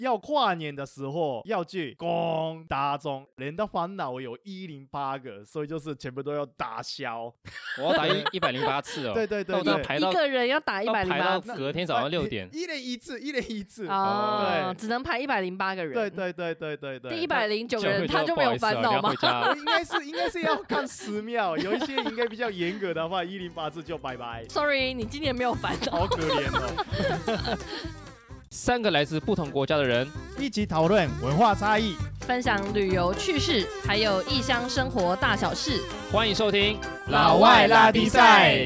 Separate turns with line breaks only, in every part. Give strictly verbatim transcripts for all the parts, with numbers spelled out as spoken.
要跨年的时候要去攻打中，人的烦恼有一零八个，所以就是全部都要打消。
我要打一百零八次哦。
对对对对，
排到
一个人要打一百零八次，
隔天早上六点，
一人一次，一人一次。
哦，
对，
只能排一百零八个人。
对对对对对对。
第一百零九个人他就没有烦恼吗？
应该是应该是要看寺庙，有一些应该比较严格的话，一零八次就拜拜。
Sorry， 你今年没有烦恼，
好可怜哦。
三个来自不同国家的人
一起讨论文化差异，
分享旅游趣事，还有异乡生活大小事。
欢迎收听
老外拉力赛。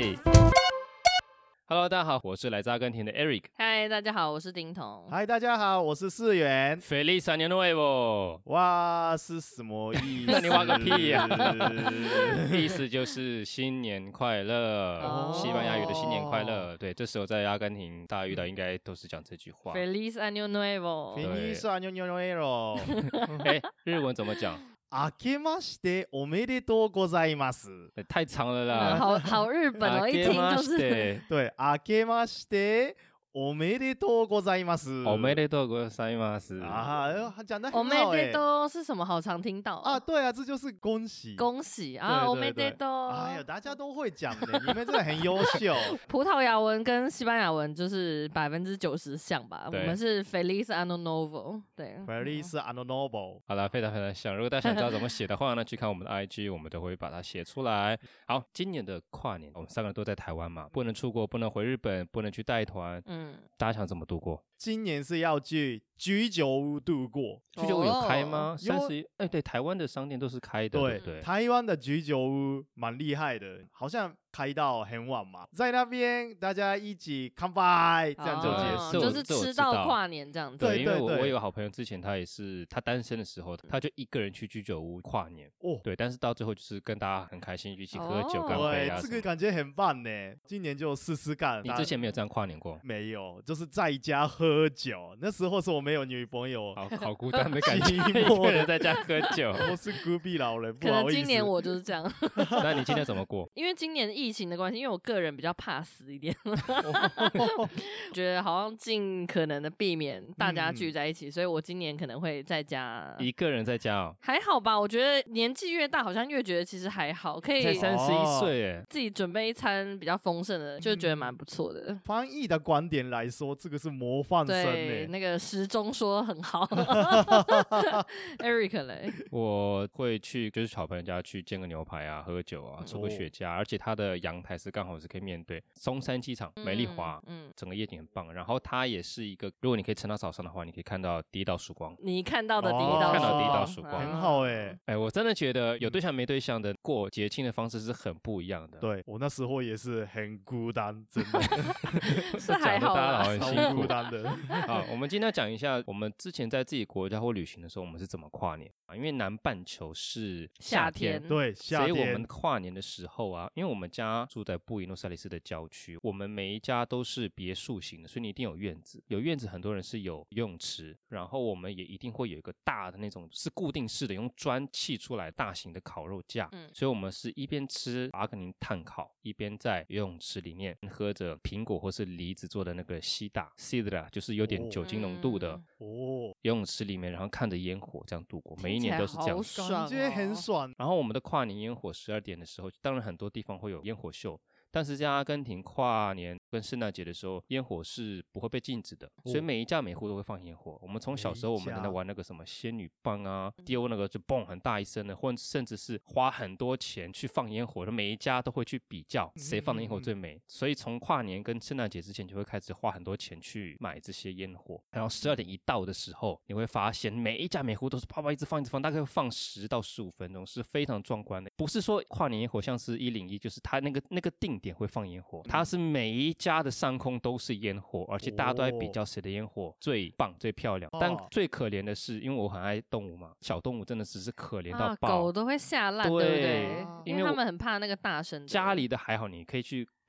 Hello， 大家好，我是来自阿根廷的 Eric。
嗨，大家好，我是丁彤。
嗨，大家好，我是世元。
Feliz Año Nuevo！
哇，是什么意思？
那你挖个屁呀、啊！意思就是新年快乐，哦、西班牙语的新年快乐。对，这时候在阿根廷大家遇到应该都是讲这句话。
Feliz Año
Nuevo。Feliz Año Nuevo。
哎，日文怎么讲？
明けましておめでとうございます。
太长了啦，
嗯、好好日本哦，一听就是
对，明けましておめでとうございます。
おめでとうございます。
啊，讲得很好。
おめでとう是什么？好常听到
啊。对啊，这就是恭喜，
恭喜啊！おめでとう。
哎呀，大家都会讲的，你们真的很优秀。
葡萄牙文跟西班牙文就是百分之九十像吧？我们是 Feliz Año Nuevo， 对
，Feliz Año Nuevo。
好了，非常非常像。如果大家想知道怎么写的话呢，去看我们的 I G， 我们都会把它写出来。好，今年的跨年，我们三个人都在台湾嘛，不能出国，不能回日本，不能去带团。嗯。大家想怎么度过？
今年是要去居酒屋度过。
居酒屋有开吗？三十一，哎，对，台湾的商店都是开的。
对
对，
台湾的居酒屋蛮厉害的，好像开到很晚嘛，在那边大家一起乾杯，这样就结束，
哦、就是吃到跨年这样子。
对，因为我我有个好朋友，之前他也是他单身的时候，他就一个人去居酒屋跨年。哦，对，但是到最后就是跟大家很开心一起喝酒干杯啊，
这个感觉很棒呢。今年就试试看。
你之前没有这样跨年过？
没有，就是在家喝酒。那时候是我没有女朋友，
好好孤单的感觉，一个人在家喝酒。
我是孤僻老人，
可能今年我就是这样。
那你今年怎么过？
因为今年疫情的关系，因为我个人比较怕死一点，觉得好像尽可能的避免大家聚在一起，嗯、所以我今年可能会在家
一个人在家哦，
还好吧？我觉得年纪越大，好像越觉得其实还好，可以
才三十一岁哎，
自己准备一餐比较丰盛的，就觉得蛮不错的。
嗯、翻译的观点来说，这个是模范生
对，那个时钟说很好。Eric 嘞，
我会去就是小朋友家去煎个牛排啊，喝个酒啊，抽个雪茄，哦、而且他的阳台是刚好是可以面对松山机场、美丽华，嗯，整个夜景很棒。然后它也是一个，如果你可以撑到早上的话，你可以看到第一道曙光。
你看到的第一道，
哦、看到第一道曙光，
很好哎、欸、
哎，我真的觉得有对象没对象的过节庆的方式是很不一样的。
对我那时候也是很孤单，真的
是还好，
大家好很辛苦
孤单的。
好，我们今天要讲一下，我们之前在自己国家或旅行的时候，我们是怎么跨年啊？因为南半球是夏天，
夏天
对，夏天，
所以我们跨年的时候啊，因为我们家住在布宜诺斯艾利斯的郊区，我们每一家都是别墅型的，所以你一定有院子。有院子，很多人是有游泳池，然后我们也一定会有一个大的那种是固定式的，用砖砌出来大型的烤肉架。嗯，所以我们是一边吃阿根廷炭烤，一边在游泳池里面喝着苹果或是梨子做的那个西打 sidra， 就是有点酒精浓度的哦，游泳池里面，然后看着烟火这样度过，每一年都是这样，
感觉很爽。
然后我们的跨年烟火十二点的时候，当然很多地方会有烟火秀。但是在阿根廷跨年跟圣诞节的时候，烟火是不会被禁止的，所以每一家每户都会放烟火。我们从小时候我们在玩那个什么仙女棒啊，丢那个就蹦很大一声的，或者甚至是花很多钱去放烟火的，每一家都会去比较谁放的烟火最美。所以从跨年跟圣诞节之前就会开始花很多钱去买这些烟火。然后十二点一到的时候，你会发现每一家每户都是啪啪一直放一直放，大概会放十到十五分钟，是非常壮观的。不是说跨年烟火像是一零一，就是它那个那个定点会放烟火，它是每一家的上空都是烟火，而且大家都在比较谁的烟火最棒最漂亮。但最可怜的是，因为我很爱动物嘛，小动物真的只是可怜到爆，
啊、狗都会吓烂，对不对？因为他们很怕那个大声。
家里的还好，你可以去陪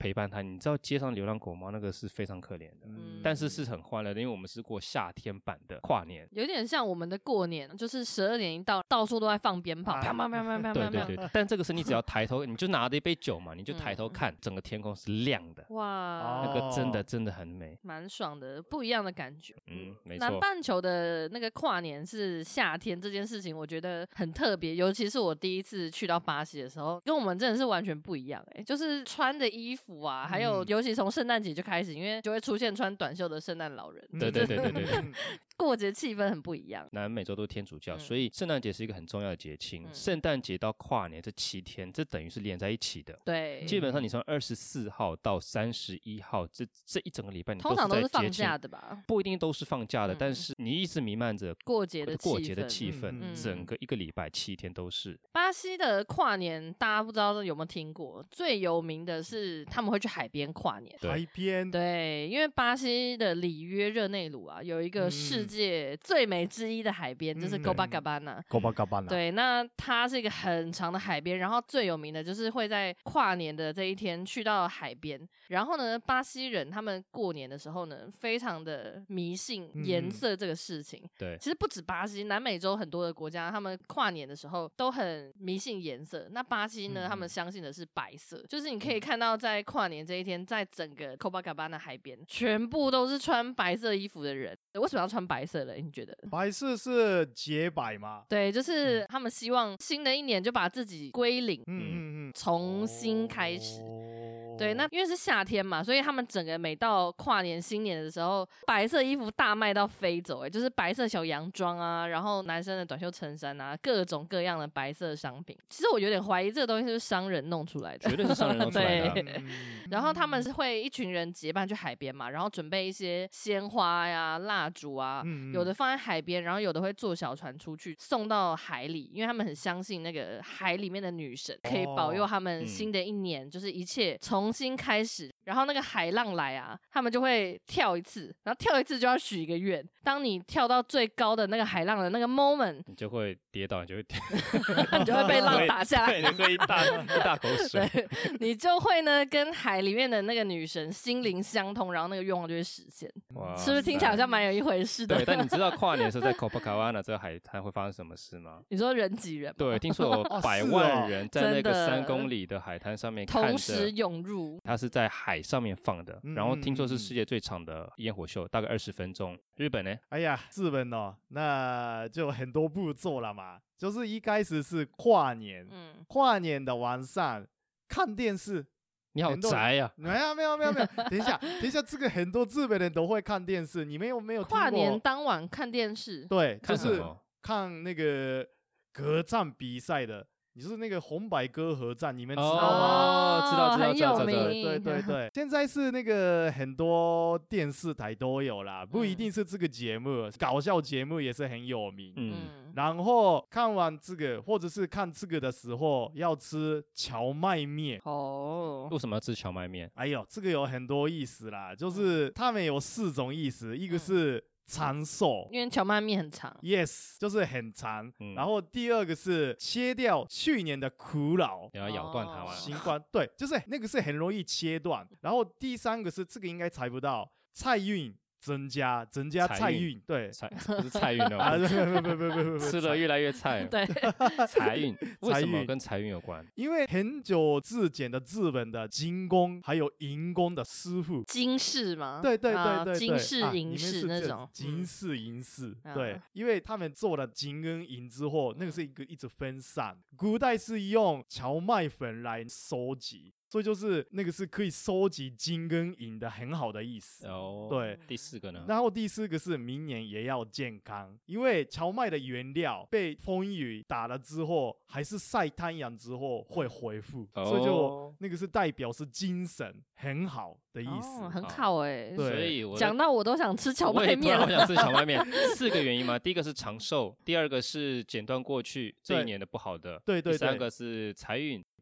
陪伴它。你知道街上流浪狗猫那个是非常可怜的，
嗯
但是是很欢乐的，因为我们是过夏天版的跨年。
有点像我们的过年，就是十二点一到，到处都在放鞭炮，
啊
啪啪啪啪啪
对
啪啪。
对对，但这个是你只要抬头，你就拿着一杯酒嘛，你就抬头
嗯
看，整个天空是亮的，
哇，
那个真的
哦
真的很美。
蛮爽的，不一样的感觉。
嗯，没
南
错。
半球的那个跨年是夏天这件事情，我觉得很特别，尤其是我第一次去到巴西的时候，跟我们真的是完全不一样哎、欸，就是穿的衣服啊，还有
嗯
尤其从圣诞节就开始，因为就会出现穿短袖的圣诞老人，
对对对对对对，
过节气氛很不一样。
南美洲都是天主教，
嗯
所以圣诞节是一个很重要的节庆。
嗯
圣诞节到跨年这七天，这等于是连在一起的。
对，
基本上你从二十四号到三十一号，这这一整个礼拜你
通常都是放
是在节庆
假的吧？
不一定都是放假的，
嗯
但是你一直弥漫着
过节的
过节的
氛
气氛，
嗯
整个一个礼拜七天都是。
巴西的跨年，大家不知道有没有听过？最有名的是他们会去海边跨年。
对
海边，
对，因为巴西的里约热内卢啊，有一个世
嗯
界最美之一的海边，就是
嗯
Copacabana。
哥巴嘎巴纳，
对，那它是一个很长的海边，然后最有名的就是会在跨年的这一天去到海边。然后呢，巴西人他们过年的时候呢，非常的迷信颜
嗯
色这个事情。
对，
其实不止巴西，南美洲很多的国家，他们跨年的时候都很迷信颜色。那巴西呢，
嗯
他们相信的是白色，就是你可以看到在跨年这一天，在整个 Copacabana 海边，全部都是穿白色衣服的人。为什么要穿白色嘞？你觉得？
白色是洁白吗？
对，就是他们希望新的一年就把自己归零，
嗯嗯嗯，
重新开始。
哦
对，那因为是夏天嘛，所以他们整个每到跨年新年的时候，白色衣服大卖到飞走、欸，哎，就是白色小洋装啊，然后男生的短袖衬衫啊，各种各样的白色商品。其实我有点怀疑这个东西是商人弄出来的，
绝对是商人弄出来的啊
对
嗯
然后他们是会一群人结伴去海边嘛，然后准备一些鲜花呀、蜡烛啊，
嗯嗯
有的放在海边，然后有的会坐小船出去送到海里，因为他们很相信那个海里面的女神可以保佑他们
嗯
新的一年，就是一切重新开始。然后那个海浪来啊，他们就会跳一次，然后跳一次就要许一个愿。当你跳到最高的那个海浪的那个 moment，
你就会跌倒，你就会跌，
你就会被浪打下来。
对，你喝一大一大口水。
对，你就会呢跟海里面的那个女神心灵相通，然后那个愿望就会实现。
哇
是不是听起来好像蛮有一回事的？
对，但你知道跨年的时候在 Copacabana 这个海滩会发生什么事吗？
你说人挤人吗？
对，听说有
哦
百
是哦
万人在那
真的
个三公里的海滩上面看
同时
着，
涌入。
它是在海上面放的，
嗯
然后听说是世界最长的烟火秀，大概二十分钟。日本呢？
哎呀，日本哦，那就很多步骤了嘛。就是一开始是跨年，
嗯，
跨年的晚上看电视。
你好
很多
宅呀、
没有没有没有没有，等一下等一下，这个很多日本人都会看电视，你们有没有听过？
跨年当晚看电视，
对，就是
看什么？
看那个歌唱比赛的。你就是那个红白歌合战，你们知道吗？
哦，知道知道
很
知道知道。
有名
对对对对，现在是那个很多电视台都有啦，不一定是这个节目，搞笑节目也是很有名。
嗯，
嗯，
然后看完这个，或者是看这个的时候，要吃荞麦面。
哦，
为什么要吃荞麦面？
哎呦，这个有很多意思啦，就是他们有四种意思，一个是长寿。
因为荞麦面很长，
Yes，就是很长。
嗯
然后第二个是切掉去年的苦恼，
你要咬断它吗？
哦
新冠，对，就是那个是很容易切断。然后第三个是这个应该猜不到，财运增加，增加
财运
财运，对。
菜不是菜运
啊，
哦，
不不不不不不，
吃了越来越菜。
对，
财运为什么
运
跟财运有关？
因为很久之前的日本的金工还有银工的师傅，
金饰吗？
对对
啊
对对对，
金饰
啊
银饰
你们是这
那种，嗯
金饰银饰，
啊
对，因为他们做了金跟银之后，那个
嗯
是一个一直分散。古代是用荞麦粉来收集，所以就是那个是可以收集金跟银的很好的意思。
哦，
对，
第四个呢？
然后第四个是明年也要健康，因为荞麦的原料被风雨打了之后，还是晒太阳之后会恢复，所以就
哦
那个是代表是精神很好的意思。
哦，很
好
好哎。
对
所以我
讲到我都想吃荞
我
麦面了。
也突然好想吃荞麦面。四个原因嘛，第一个是长寿，第二个是剪断过去这一
对
年的不好的，
对对对
第三个是财运，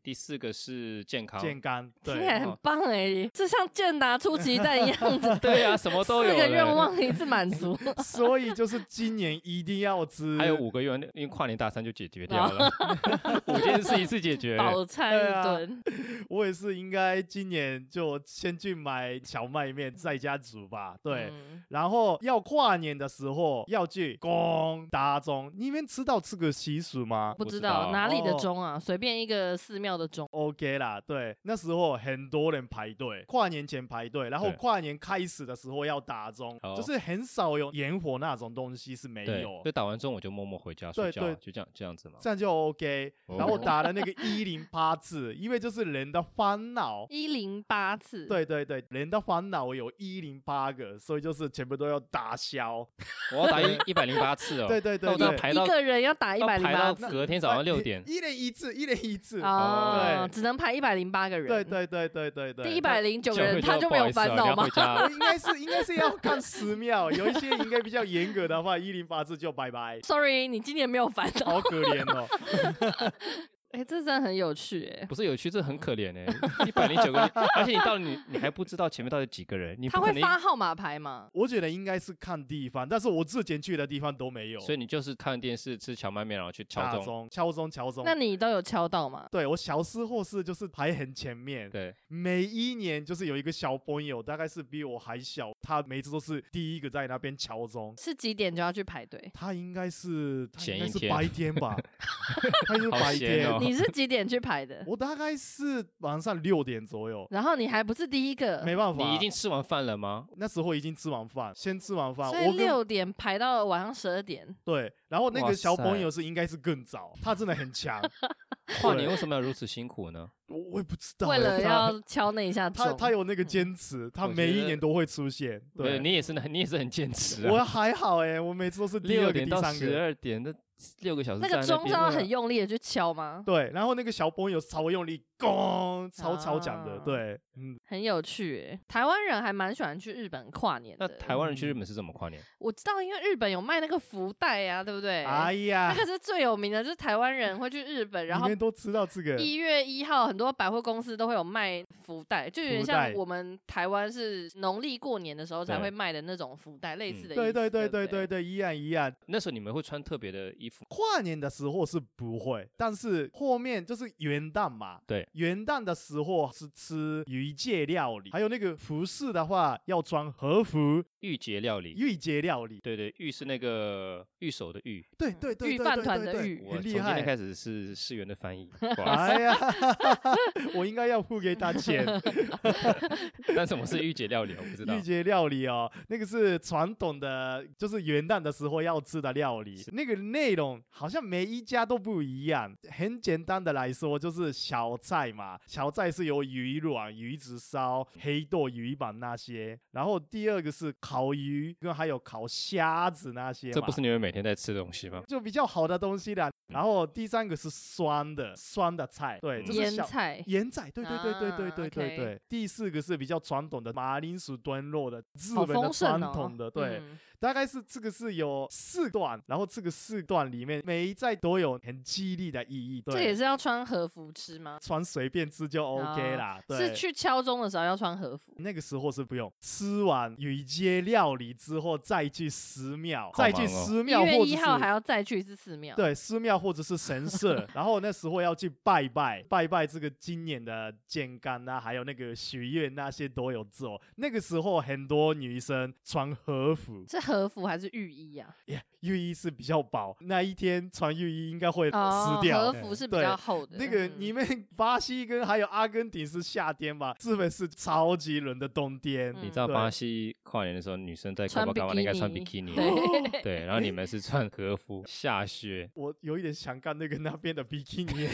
第四个是健康，
健康，
听起
对，
来很棒哎，这像健达出奇蛋一样的。
对啊，什么都有了，
四个愿望一次满足。
所以就是今年一定要吃，
还有五个愿望，因为跨年大餐就解决掉了，五件事一次解决，
饱餐一顿。
我也是应该今年就先去买荞麦面在家煮吧，对，
嗯、
然后要跨年的时候要去公大钟，你们知道这个习俗吗？
不知道哪里的钟啊，随、哦、便一个寺庙的钟。
OK 啦，对，那时候很多人排队，跨年前排队，然后跨年开始的时候要打钟，就是很少有烟火那种东西是没有。
所以打完钟我就默默回家睡觉，对对，就这样这样子嘛，
这样就 OK。哦、然后打了那个一零八次，因为就是人的烦恼。
一零八次。
对对对，人的烦恼有一零八个，所以就是全部都要打消。
我要打一一百零八次哦。
对对对对，
排到
一个人要打一百零八
次，隔天早上六点，
一人一次，一人一次。
哦，对，只能排一百零八个人。
对对对对对对。
第一百零九个人他就没有烦恼吗？
应该是应该是要看寺庙，有一些应该比较严格的话，一零八次就拜拜。
Sorry， 你今年没有烦恼。
好可怜哦。
哎、欸，这真的很有趣哎、欸！
不是有趣，这很可怜哎、欸，一百零九个，而且你到你你还不知道前面到底几个人，你
他会发号码牌吗？
我觉得应该是看地方，但是我之前去的地方都没有，
所以你就是看电视吃荞麦面，然后去敲钟，
敲钟，敲钟。
那你都有敲到吗？
对，我小时候是就是排很前面，
对，
每一年就是有一个小朋友，大概是比我还小，他每次都是第一个在那边敲钟。
是几点就要去排队？
他应该是
前一
天，白天吧？他是白天。
哦、
你是几点去排的？
我大概是晚上六点左右。
然后你还不是第一个？
没办法，
你已经吃完饭了吗？
那时候已经吃完饭，先吃完饭，
所以六点排到晚上十二点。
对，然后那个小朋友是应该是更早，他真的很强。
跨年为什么要如此辛苦呢？
我我也不知道，
为了要敲那一下钟，
他他有那个坚持，他每一年都会出现。对，
你也是，你也是很坚持啊。
我还好哎、欸，我每次都是第二个、第三个。
十二点，那六个小时
那个钟是要很用力的去敲吗？
对，然后那个小朋友超用力，咣，超超讲的，对，
嗯，很有趣哎、欸。台湾人还蛮喜欢去日本跨年的。
那台湾人去日本是怎么跨年？
我知道，因为日本有卖那个福袋啊，对不对？
哎呀，
那个是最有名的，就是台湾人会去日本，然后
你们都知道这个。
一月一号，很多百货公司都会有卖福袋，就有点像我们台湾是农历过年的时候才会卖的那种福袋，类似的意思。
对对对对对对，一样一样。
那时候你们会穿特别的衣服？
跨年的时候是不会，但是后面就是元旦嘛。
对，
元旦的时候是吃御节料理，还有那个服饰的话要穿和服。
御节料理，
御节料理，
对对，御是那个御手的御，
对对对，
御饭团的御，
很厉害。
从今天开始是市原的翻译。
哎呀，我应该要付给他钱。
但什么是御节料理？我不知道。
御节料理哦，那个是传统的，就是元旦的时候要吃的料理。那个内容好像每一家都不一样。很简单的来说，就是小菜嘛，小菜是有鱼卵、鱼子烧、黑豆、鱼板那些。然后第二个是烤鱼，跟还有烤虾子那些。
这不是你们每天在吃的东西吗？
就比较好的东西啦。然后第三个是酸的，酸的菜，对，就是
腌菜，
腌菜，对对对对对对对对。第四个是比较传统的马铃薯炖肉的，日本的传统的，对。大概是这个是有四段，然后这个四段里面每一菜都有很激励的意义。对，
这也是要穿和服吃吗？
穿随便吃就 OK 啦。
哦、对，是去敲钟的时候要穿和服。
那个时候是不用，吃完御节料理之后再去寺庙，再去寺庙，
一月一号还要再去一次寺庙。
对，寺庙或者是神社，然后那时候要去拜拜，拜拜这个今年的健康啊，还有那个许愿那些都有做。那个时候很多女生穿和服。
是和服还是浴衣啊？
yeah, 浴衣是比较薄，那一天穿浴衣应该会湿掉。
哦、和服是比较厚的。
那个你们巴西跟还有阿根廷是夏天吧？日本是超级冷的冬天。
嗯、你知道巴西跨年的时候，女生在卡巴卡瓦应该穿比基尼，
对,
对，然后你们是穿和服下雪。
我有一点想看那个那边的比基尼。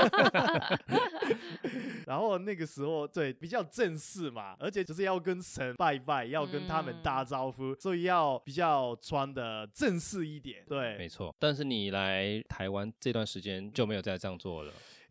然后那个时候对比较正式嘛，而且就是要跟神拜拜，要跟他们打招呼，嗯、所以要比较穿的正式一点。对，
没错。但是你来台湾这段时间就没有再这样做了。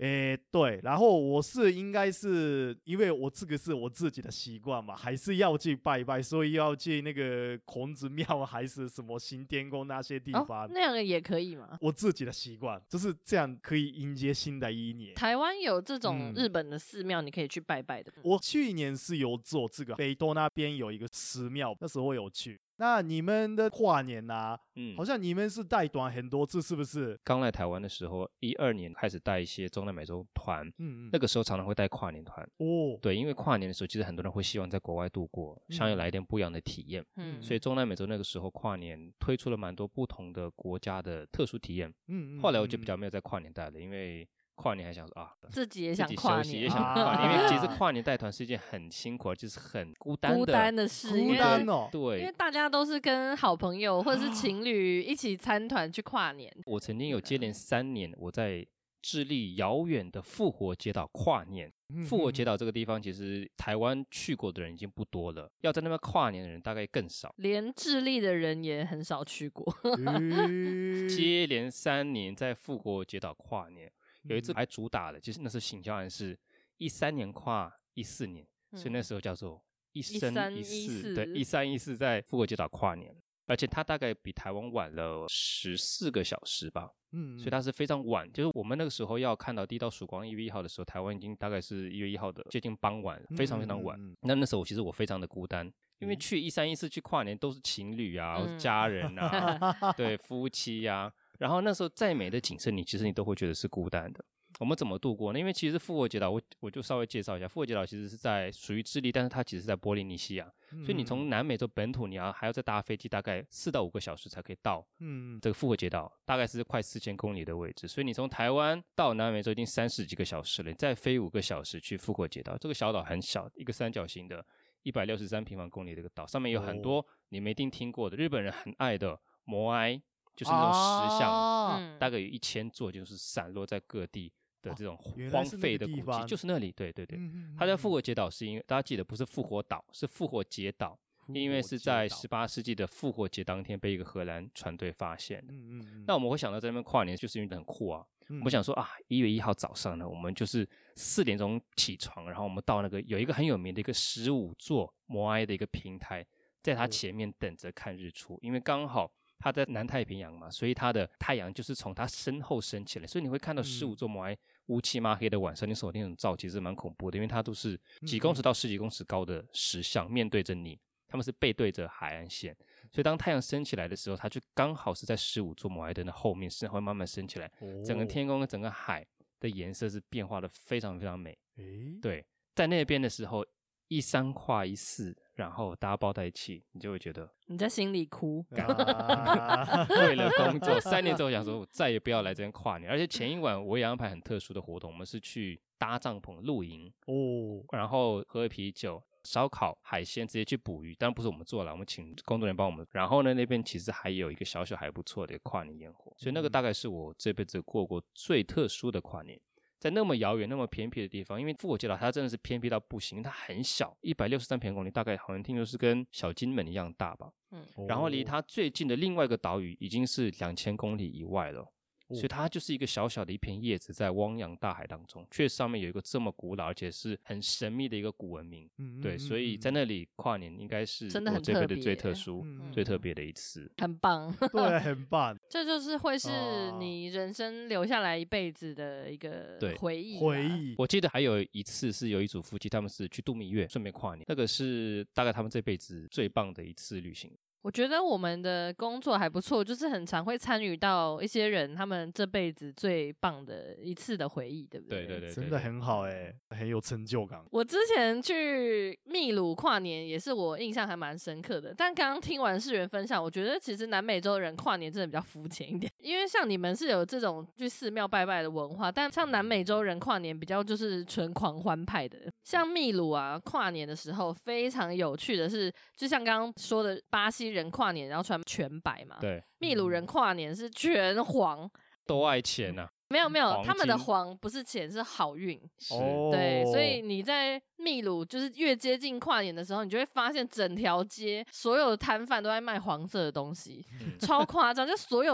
诶，对，然后我是应该是因为我这个是我自己的习惯嘛，还是要去拜拜，所以要去那个孔子庙还是什么行天宫那些地方，
哦、那样也可以吗？
我自己的习惯就是这样，可以迎接新的一年。
台湾有这种
嗯
日本的寺庙，你可以去拜拜的。
我去年是有做这个，北斗那边有一个寺庙，那时候有去。那你们的跨年啊，
嗯，
好像你们是带团很多次，是不是？
刚来台湾的时候，一二年开始带一些中南美洲团，
嗯嗯，
那个时候常常会带跨年团。
哦，
对，因为跨年的时候，其实很多人会希望在国外度过，想要来一点不一样的体验。
嗯，
所以中南美洲那个时候跨年推出了蛮多不同的国家的特殊体验。
嗯嗯，
后来我就比较没有在跨年带了，因为跨年还想说啊，
自己也
自己
想跨年，
休息也想跨年，因为其实跨年带团是一件很辛苦，就是很孤单的。
孤单的事，
孤单哦，
因为
对，
大家都是跟好朋友或者是情侣一起参团去跨年。
我曾经有接连三年我在智利遥远的复活节岛跨年。复活节岛这个地方，其实台湾去过的人已经不多了，要在那边跨年的人大概更少，
连智利的人也很少去过。
接连三年在复活节岛跨年，有一次还主打的，就是那时候行销案是一三年跨一四年，所以那时候叫做一生一世，对，一三一四在复活节岛跨年，而且它大概比台湾晚了十四个小时吧。嗯，所以它是非常晚，就是我们那个时候要看到第一道曙光一月一号的时候，台湾已经大概是一月一号的接近傍晚，非常非常晚。嗯、那那时候我其实我非常的孤单，因为去一三一四去跨年都是情侣啊、嗯、家人啊，对，夫妻啊，然后那时候再美的景色，你其实你都会觉得是孤单的。我们怎么度过呢？因为其实复活节岛，我我就稍微介绍一下，复活节岛其实是在属于智利，但是它其实是在波利尼西亚，嗯、所以你从南美洲本土，你要还要再搭飞机，大概四到五个小时才可以到。嗯，这个复活节岛大概是快四千公里的位置，所以你从台湾到南美洲已经三十几个小时了，你再飞五个小时去复活节岛。这个小岛很小，一个三角形的，一百六十三平方公里的一个岛，上面有很多你没一定听过的日本人很爱的摩埃，就是那种石像，啊、大概有一千座，就是散落在各地的这种荒废的古迹，就是那里，对对对，嗯、它叫复活节岛，是因为大家记得不是复活岛，是复活节岛，因为是在十八世纪的复活节当天被一个荷兰船队发现的。嗯嗯嗯，那我们会想到在那边跨年，就是因为很酷啊。嗯、我们想说啊，一月一号早上呢，我们就是四点钟起床，然后我们到那个有一个很有名的一个十五座摩埃的一个平台，在它前面等着看日出，因为刚好它在南太平洋嘛，所以它的太阳就是从它身后升起来，所以你会看到十五座摩埃。乌漆嘛黑的晚上，你手那种照其实蛮恐怖的，因为它都是几公尺到十几公尺高的石像，面对着你，他们是背对着海岸线，所以当太阳升起来的时候，它就刚好是在十五座摩埃灯的后面，是会慢慢升起来，哦、整个天空跟整个海的颜色是变化的非常非常美。对，在那边的时候，一三跨一四，然后大家抱在一起，你就会觉得
你在心里哭。
啊、为了工作，三年之后想说，我再也不要来这边跨年。而且前一晚我也安排很特殊的活动，我们是去搭帐篷露营哦，然后喝啤酒、烧烤、海鲜，直接去捕鱼。当然不是我们做了，我们请工作人员帮我们。然后呢，那边其实还有一个小小还不错的跨年烟火，所以那个大概是我这辈子过过最特殊的跨年。在那么遥远、那么偏僻的地方，因为复活节岛它真的是偏僻到不行，它很小，一百六十三平方公里，大概好像听说是跟小金门一样大吧。嗯，然后离它最近的另外一个岛屿已经是两千公里以外了。所以它就是一个小小的一片叶子在汪洋大海当中，却上面有一个这么古老而且是很神秘的一个古文明。嗯、对，所以在那里跨年应该是我这辈子最特殊、嗯、最特别的一次，
很棒。
对，很棒。
这就是会是你人生留下来一辈子的一个回忆、啊。
回忆。
我记得还有一次是有一组夫妻，他们是去度蜜月，顺便跨年，那个是大概他们这辈子最棒的一次旅行。
我觉得我们的工作还不错，就是很常会参与到一些人他们这辈子最棒的一次的回忆，对不对？
对对 对, 对, 对，
真的很好哎、欸，很有成就感。
我之前去秘鲁跨年也是我印象还蛮深刻的，但刚刚听完世元分享，我觉得其实南美洲人跨年真的比较肤浅一点，因为像你们是有这种去寺庙拜拜的文化，但像南美洲人跨年比较就是纯狂欢派的。像秘鲁啊，跨年的时候非常有趣的是，就像刚刚说的巴西人跨年然后穿全白嘛，
对，
秘鲁人跨年是全黄，
都爱钱啊。
没有没有，他们的黄不是钱，是好运。
哦，
对，所以你在秘鲁就是越接近跨年的时候，你就会发现整条街所有的摊贩都在卖黄色的东西，嗯、超夸张，就所有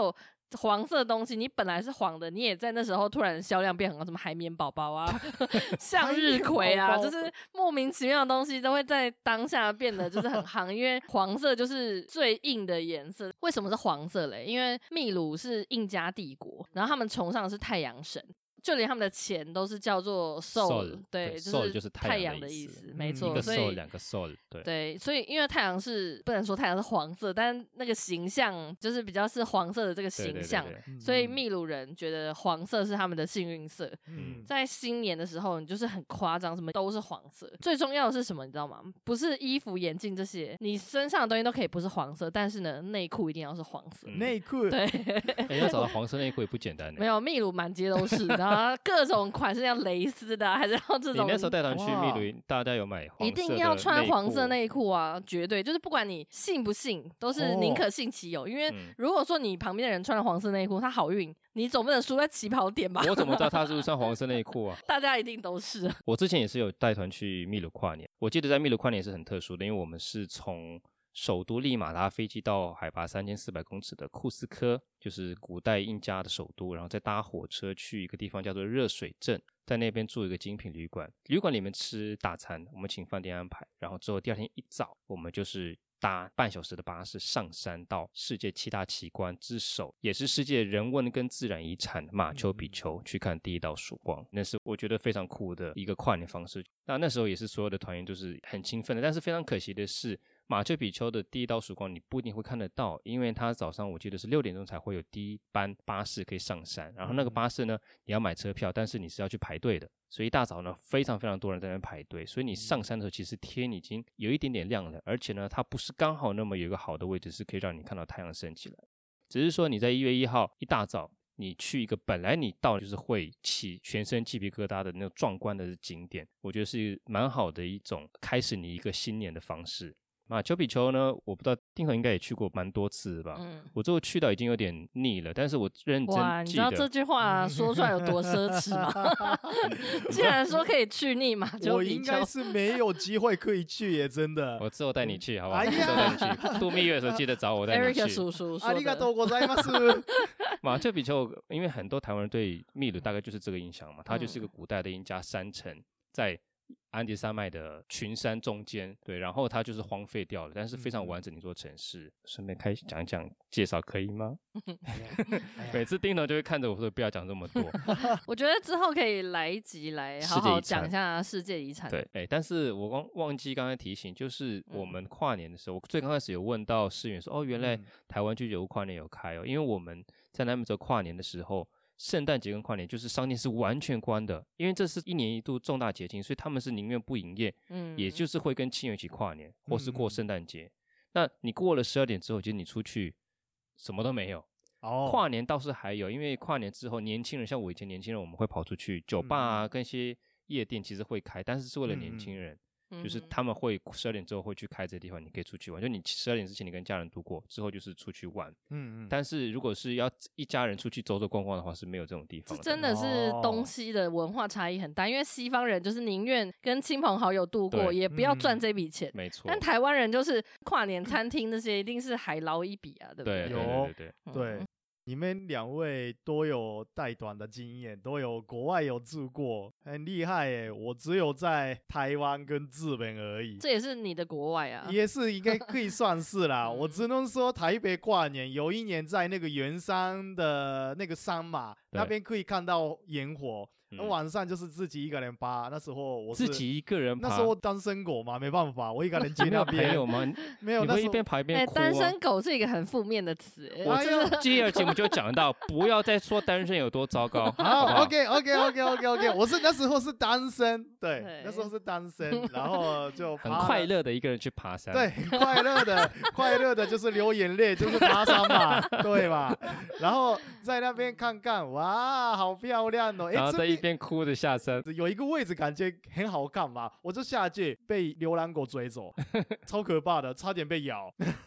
黄色的东西，你本来是黄的，你也在那时候突然销量变很高，什么海绵宝宝啊、向日葵啊，就是莫名其妙的东西都会在当下变得就是很夯，因为黄色就是最硬的颜色。为什么是黄色嘞？因为秘鲁是印加帝国，然后他们崇尚的是太阳神。就连他们的钱都是叫做 Sol， 对，
对
Sol
就是
太
阳的
意思，
嗯、
没错。
一个
Sol
两个 Sol， 对
对，所以因为太阳是不能说太阳是黄色，但那个形象就是比较是黄色的这个形象，
对对对对，
所以秘鲁人觉得黄色是他们的幸运色。
嗯，
在新年的时候，你就是很夸张，什么都是黄色。最重要的是什么，你知道吗？不是衣服、眼镜这些，你身上的东西都可以不是黄色，但是呢，内裤一定要是黄色。
内、嗯、裤
对，
哎、要找到黄色内裤也不简单。
没有，秘鲁满街都是，然后各种款式，要蕾丝的、啊，还是要这种。
你那时候带团去秘鲁，大家有买黄色的内裤？
一定要穿黄色内裤啊，绝对就是不管你信不信，都是宁可信其有。哦、因为如果说你旁边的人穿了黄色内裤，他好运，你总不能输在起跑点吧？
我怎么知道他是不是穿黄色内裤啊？
大家一定都是。
我之前也是有带团去秘鲁跨年，我记得在秘鲁跨年是很特殊的，因为我们是从首都利马搭飞机到海拔三千四百公尺的库斯科，就是古代印加的首都，然后再搭火车去一个地方叫做热水镇，在那边住一个精品旅馆，旅馆里面吃大餐，我们请饭店安排，然后之后第二天一早，我们就是搭半小时的巴士上山到世界七大奇观之首，也是世界人文跟自然遗产马丘比丘，去看第一道曙光。那是我觉得非常酷的一个跨年方式。那那时候也是所有的团员都是很兴奋的，但是非常可惜的是，马丘比丘的第一道曙光你不一定会看得到，因为它早上我记得是六点钟才会有第一班巴士可以上山，然后那个巴士呢你要买车票，但是你是要去排队的，所以一大早呢非常非常多人在那边排队，所以你上山的时候其实天已经有一点点亮了，而且呢它不是刚好那么有一个好的位置是可以让你看到太阳升起来，只是说你在一月一号一大早你去一个本来你到就是会起全身鸡皮疙瘩的那种壮观的景点，我觉得是蛮好的一种开始你一个新年的方式。马丘比丘呢，我不知道丁彤应该也去过蛮多次吧、嗯、我最后去到已经有点腻了，但是我认真记得。
哇，你知道这句话说出来有多奢侈吗？既然说可以去腻马丘比丘，
我应该是没有机会可以去耶，真的。
我之后带你去好不好？之后带你去度蜜月的时候记得找我带你去。
Eric 叔叔说的。
ありがとうございます。
马丘比丘，因为很多台湾人对秘鲁大概就是这个印象嘛，它就是一个古代的印加山城，在安第山脉的群山中间，对，然后它就是荒废掉了，但是非常完整的一座城市。顺便开始讲讲介绍可以吗？每次丁头就会看着我说不要讲这么多。
我觉得之后可以来一集来好好讲一下世界遗产。
对，哎，但是我忘忘记刚才提醒，就是我们跨年的时候，我最刚开始有问到市员说，哦，原来台湾居酒屋跨年有开哦，因为我们在南美洲跨年的时候。圣诞节跟跨年就是商店是完全关的，因为这是一年一度重大节庆，所以他们是宁愿不营业，嗯，也就是会跟亲友一起跨年或是过圣诞节、嗯、那你过了十二点之后，其实你出去什么都没有、哦、跨年倒是还有，因为跨年之后年轻人，像我以前年轻人我们会跑出去酒吧啊、嗯、跟一些夜店其实会开，但是是为了年轻人、嗯、就是他们会十二点之后会去开这些地方，你可以出去玩，就你十二点之前你跟家人度过，之后就是出去玩。嗯嗯。但是如果是要一家人出去走走逛逛的话，是没有这种地方的。
这真的是东西的文化差异很大，因为西方人就是宁愿跟亲朋好友度过，也不要赚这笔钱、嗯。没错。但台湾人就是跨年餐厅那些一定是海捞一笔啊，对不对？
对对对对、
嗯、对。你们两位都有带团的经验，都有国外有住过，很厉害耶！我只有在台湾跟日本而已。
这也是你的国外啊？也
是应该可以算是啦。嗯、我只能说台北跨年，有一年在那个圆山的那个山嘛，那边可以看到烟火。那、嗯、晚上就是自己一个人爬，那时候我是
自己一个人爬，
那时候单身狗嘛，没办法，我一个人接那边。
没有朋友吗？
没有，
你会一边爬一边哭、啊
欸、单身狗是一个很负面的词。
我这第二节目就讲到，不要再说单身有多糟糕。
好, 好 ，OK OK OK OK OK， 我是那时候是单身，对，对那时候是单身，然后就
很快乐的一个人去爬山，
对，很快乐的，快乐的就是流眼泪，就是爬山嘛，对吧？然后在那边看看，哇，好漂亮哦！
然后在一边哭着下山，
有一个位置感觉很好看嘛，我就下去被流浪狗追走，超可怕的，差点被咬。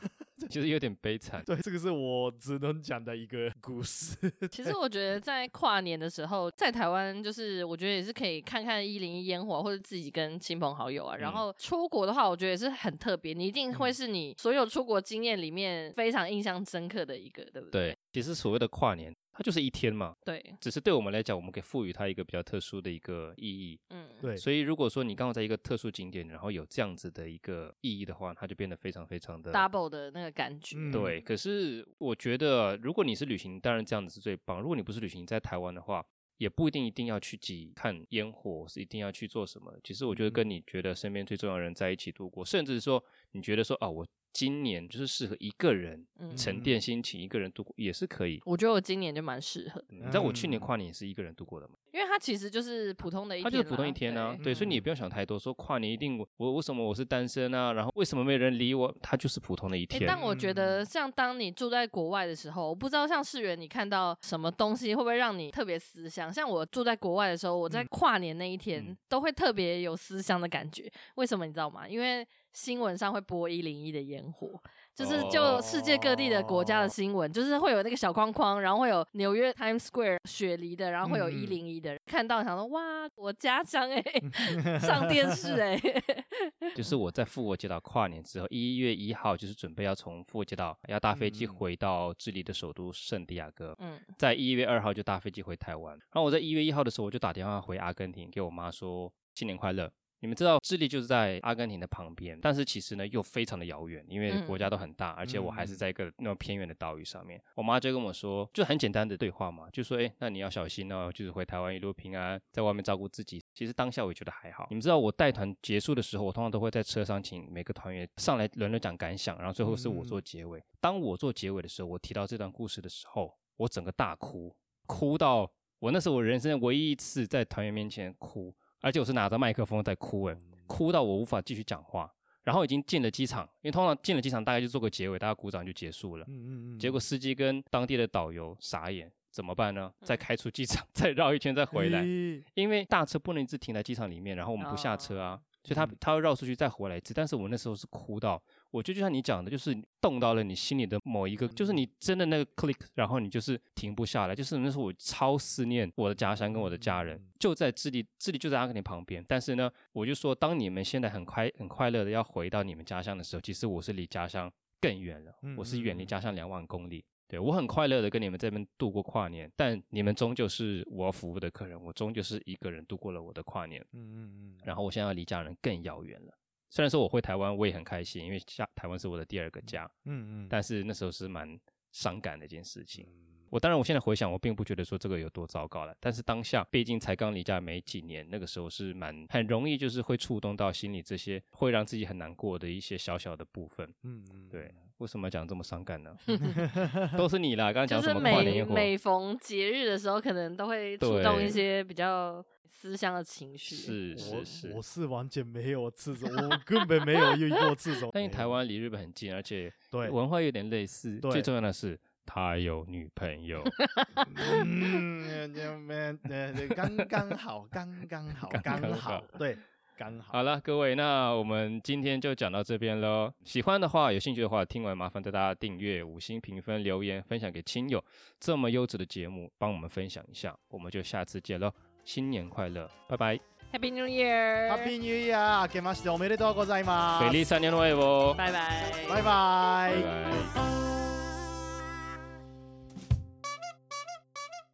其实有点悲惨。
对，这个是我只能讲的一个故事。
其实我觉得在跨年的时候，在台湾就是我觉得也是可以看看一零一烟火，或者自己跟亲朋好友啊。然后出国的话，我觉得也是很特别，你一定会是你所有出国经验里面非常印象深刻的一个，对不对？
对，其实所谓的跨年，它就是一天嘛。
对，
只是对我们来讲，我们可以赋予它一个比较特殊的一个意义。
嗯，
对。
所以如果说你刚好在一个特殊景点，然后有这样子的一个意义的话，它就变得非常非常的
double 的那个感觉。
嗯
对，可是我觉得，如果你是旅行，当然这样子是最棒。如果你不是旅行，在台湾的话，也不一定一定要去挤看烟火，是一定要去做什么。其实我觉得跟你觉得身边最重要的人在一起度过，甚至说你觉得说啊，我今年就是适合一个人沉淀心情，一个人度过也是可以。
我觉得我今年就蛮适合的。
你知道我去年跨年也是一个人度过的吗？
因为它其实就是普通的一天，
它就是普通一天啊，对，
对，
所以你也不用想太多，说跨年一定我我为什么我是单身啊，然后为什么没人理我，它就是普通的一天。
但我觉得像当你住在国外的时候，我不知道像世元你看到什么东西会不会让你特别思乡，像我住在国外的时候，我在跨年那一天、嗯、都会特别有思乡的感觉。为什么你知道吗？因为新闻上会播一零一的烟火，就是就世界各地的国家的新闻，就是会有那个小框框，然后会有纽约 Times Square 雪梨的，然后会有一零一的、嗯、看到想说哇，我家乡哎、欸，上电视哎、欸。
就是我在复活节岛跨年之后，一月一号就是准备要从复活节岛要搭飞机回到智利的首都圣地亚哥，嗯，在一月二号就搭飞机回台湾。然后我在一月一号的时候，我就打电话回阿根廷，给我妈说新年快乐。你们知道智利就是在阿根廷的旁边，但是其实呢又非常的遥远，因为国家都很大、嗯、而且我还是在一个那种偏远的岛屿上面。我妈就跟我说，就很简单的对话嘛，就说哎，那你要小心哦，就是回台湾一路平安，在外面照顾自己。其实当下我也觉得还好。你们知道我带团结束的时候，我通常都会在车上请每个团员上来轮流讲感想，然后最后是我做结尾、嗯、当我做结尾的时候，我提到这段故事的时候，我整个大哭，哭到我那是我人生唯一一次在团员面前哭，而且我是拿着麦克风在哭诶，哭到我无法继续讲话，然后已经进了机场，因为通常进了机场大概就做个结尾，大家鼓掌就结束了。嗯嗯嗯。结果司机跟当地的导游傻眼，怎么办呢？再开出机场，再绕一圈再回来，因为大车不能一直停在机场里面，然后我们不下车啊，所以他他会绕出去再回来一次。但是我那时候是哭到，我觉得就像你讲的，就是动到了你心里的某一个，就是你真的那个 click， 然后你就是停不下来。就是那时候我超思念我的家乡跟我的家人，就在智利，智利就在阿根廷旁边。但是呢，我就说，当你们现在很快很快乐的要回到你们家乡的时候，其实我是离家乡更远了，我是远离家乡两万公里。对，我很快乐的跟你们这边度过跨年，但你们终究是我服务的客人，我终究是一个人度过了我的跨年。嗯嗯嗯。然后我现在要离家人更遥远了。虽然说我回台湾我也很开心，因为台湾是我的第二个家。嗯嗯。但是那时候是蛮伤感的一件事情。我当然我现在回想，我并不觉得说这个有多糟糕了，但是当下毕竟才刚离家没几年，那个时候是蛮很容易就是会触动到心里这些会让自己很难过的一些小小的部分。嗯嗯。对。为什么讲这么伤感呢？都是你啦，刚刚讲什么跨年烟火，
就是每每逢节日的时候，可能都会触动一些比较思乡的情绪。
是是是，
我, 我是完全没有这种，我根本没有遇过这种。
但因为台湾离日本很近，而且文化有点类似，最重要的是他有女朋友。
嗯，刚刚好，刚刚好，刚好，对。刚好,
好了，各位，那我们今天就讲到这边咯。喜欢的话，有兴趣的话，听完麻烦大家订阅、五星评分、留言、分享给亲友。这么优质的节目，帮我们分享一下，我们就下次见咯。新年快乐，拜拜
！Happy New Year！Happy
New Year！明けましておめでとうございます。
Feliz Año Nuevo！
拜拜！
拜拜！
拜拜！